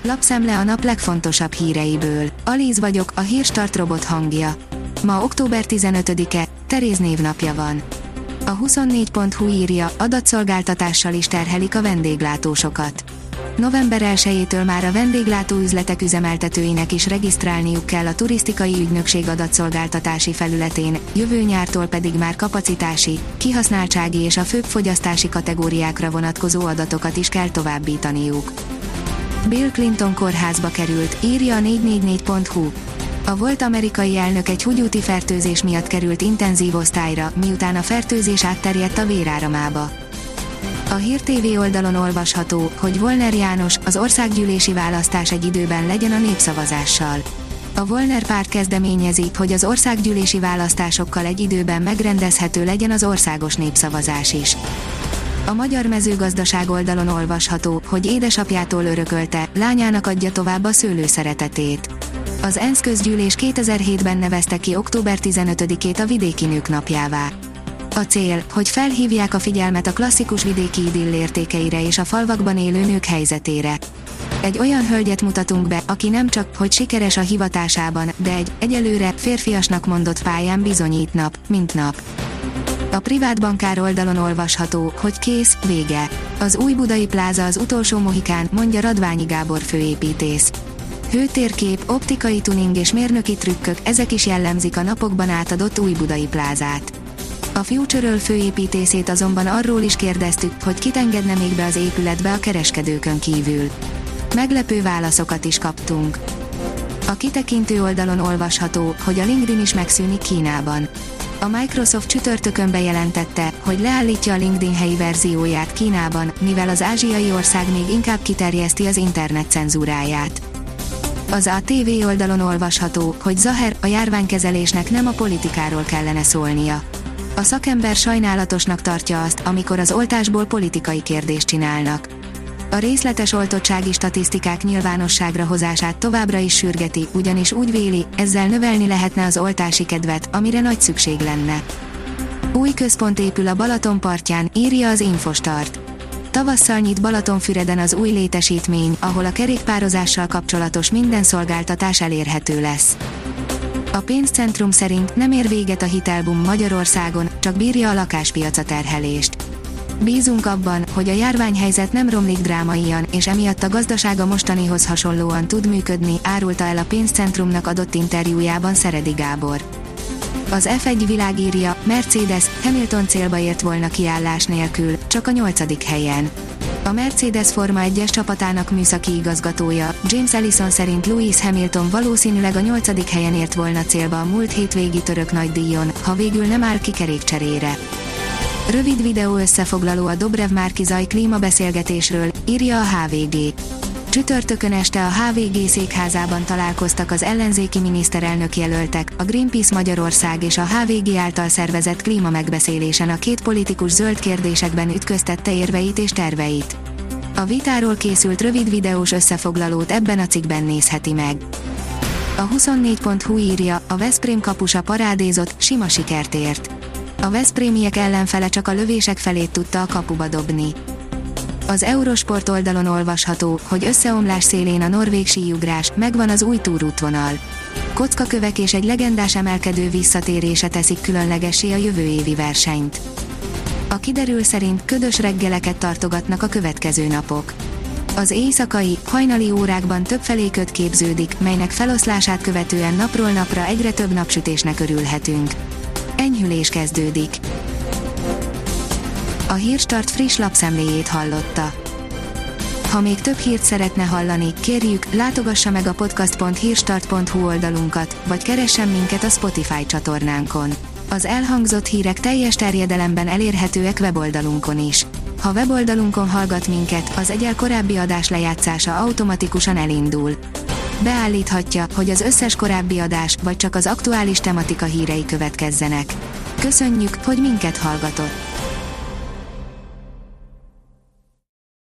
Lapszemle a nap legfontosabb híreiből. Alíz vagyok, a Hírstart robot hangja. Ma október 15-e, Teréz névnapja van. A 24.hu írja, adatszolgáltatással is terhelik a vendéglátósokat. November 1-től már a vendéglátóüzletek üzemeltetőinek is regisztrálniuk kell a turisztikai ügynökség adatszolgáltatási felületén, jövő nyártól pedig már kapacitási, kihasználtsági és a főbb fogyasztási kategóriákra vonatkozó adatokat is kell továbbítaniuk. Bill Clinton kórházba került, írja a 444.hu. A volt amerikai elnök egy húgyúti fertőzés miatt került intenzív osztályra, miután a fertőzés átterjedt a véráramába. A Hír TV oldalon olvasható, hogy Volner János, az országgyűlési választás egy időben legyen a népszavazással. A Volner párt kezdeményezi, hogy az országgyűlési választásokkal egy időben megrendezhető legyen az országos népszavazás is. A Magyar Mezőgazdaság oldalon olvasható, hogy édesapjától örökölte, lányának adja tovább a szőlő szeretetét. Az ENSZ közgyűlés 2007-ben nevezte ki október 15-ét a vidéki nők napjává. A cél, hogy felhívják a figyelmet a klasszikus vidéki idill értékeire és a falvakban élő nők helyzetére. Egy olyan hölgyet mutatunk be, aki nem csak, hogy sikeres a hivatásában, de egyelőre férfiasnak mondott pályán bizonyít nap, mint nap. A privát bankár oldalon olvasható, hogy kész, vége. Az új budai pláza az utolsó mohikán, mondja Radványi Gábor főépítész. Hőtérkép, optikai tuning és mérnöki trükkök, ezek is jellemzik a napokban átadott új budai plázát. A Future-öl főépítészét azonban arról is kérdeztük, hogy kit engedne még be az épületbe a kereskedőkön kívül. Meglepő válaszokat is kaptunk. A kitekintő oldalon olvasható, hogy a LinkedIn is megszűnik Kínában. A Microsoft csütörtökön bejelentette, hogy leállítja a LinkedIn helyi verzióját Kínában, mivel az ázsiai ország még inkább kiterjeszti az internet cenzúráját. Az ATV oldalon olvasható, hogy Zaher, a járványkezelésnek nem a politikáról kellene szólnia. A szakember sajnálatosnak tartja azt, amikor az oltásból politikai kérdést csinálnak. A részletes oltottsági statisztikák nyilvánosságra hozását továbbra is sürgeti, ugyanis úgy véli, ezzel növelni lehetne az oltási kedvet, amire nagy szükség lenne. Új központ épül a Balaton partján, írja az Infostart. Tavasszal nyit Balatonfüreden az új létesítmény, ahol a kerékpározással kapcsolatos minden szolgáltatás elérhető lesz. A pénzcentrum szerint nem ér véget a hitelboom Magyarországon, csak bírja a lakáspiac a terhelést. Bízunk abban, hogy a járványhelyzet nem romlik drámaian, és emiatt a gazdaság a mostanihoz hasonlóan tud működni, árulta el a pénzcentrumnak adott interjújában Szeredi Gábor. Az F1 világ írja, Mercedes, Hamilton célba ért volna kiállás nélkül, csak a 8. helyen. A Mercedes Forma 1-es csapatának műszaki igazgatója, James Ellison szerint Lewis Hamilton valószínűleg a 8. helyen ért volna célba a múlt hétvégi török nagydíjon, ha végül nem áll ki kerékcserére. Rövid videó összefoglaló a Dobrev Márki-Zaj klímabeszélgetésről, írja a HVG. Csütörtökön este a HVG székházában találkoztak az ellenzéki miniszterelnök jelöltek, a Greenpeace Magyarország és a HVG által szervezett klímamegbeszélésen a két politikus zöld kérdésekben ütköztette érveit és terveit. A vitáról készült rövid videós összefoglalót ebben a cikkben nézheti meg. A 24.hu írja, a Veszprém kapusa parádézott, sima sikert ért. A veszprémiek ellenfele csak a lövések felét tudta a kapuba dobni. Az Eurosport oldalon olvasható, hogy összeomlás szélén a norvég síugrás, megvan az új túrútvonal. Kockakövek és egy legendás emelkedő visszatérése teszik különlegessé a jövő évi versenyt. A kiderül szerint ködös reggeleket tartogatnak a következő napok. Az éjszakai, hajnali órákban többfelé köd képződik, melynek feloszlását követően napról napra egyre több napsütésnek örülhetünk. Enyhülés kezdődik. A Hírstart friss lapszemléjét hallotta. Ha még több hírt szeretne hallani, kérjük, látogassa meg a podcast.hírstart.hu oldalunkat, vagy keressen minket a Spotify csatornánkon. Az elhangzott hírek teljes terjedelemben elérhetőek weboldalunkon is. Ha weboldalunkon hallgat minket, az egyel korábbi adás lejátszása automatikusan elindul. Beállíthatja, hogy az összes korábbi adás, vagy csak az aktuális tematika hírei következzenek. Köszönjük, hogy minket hallgatott!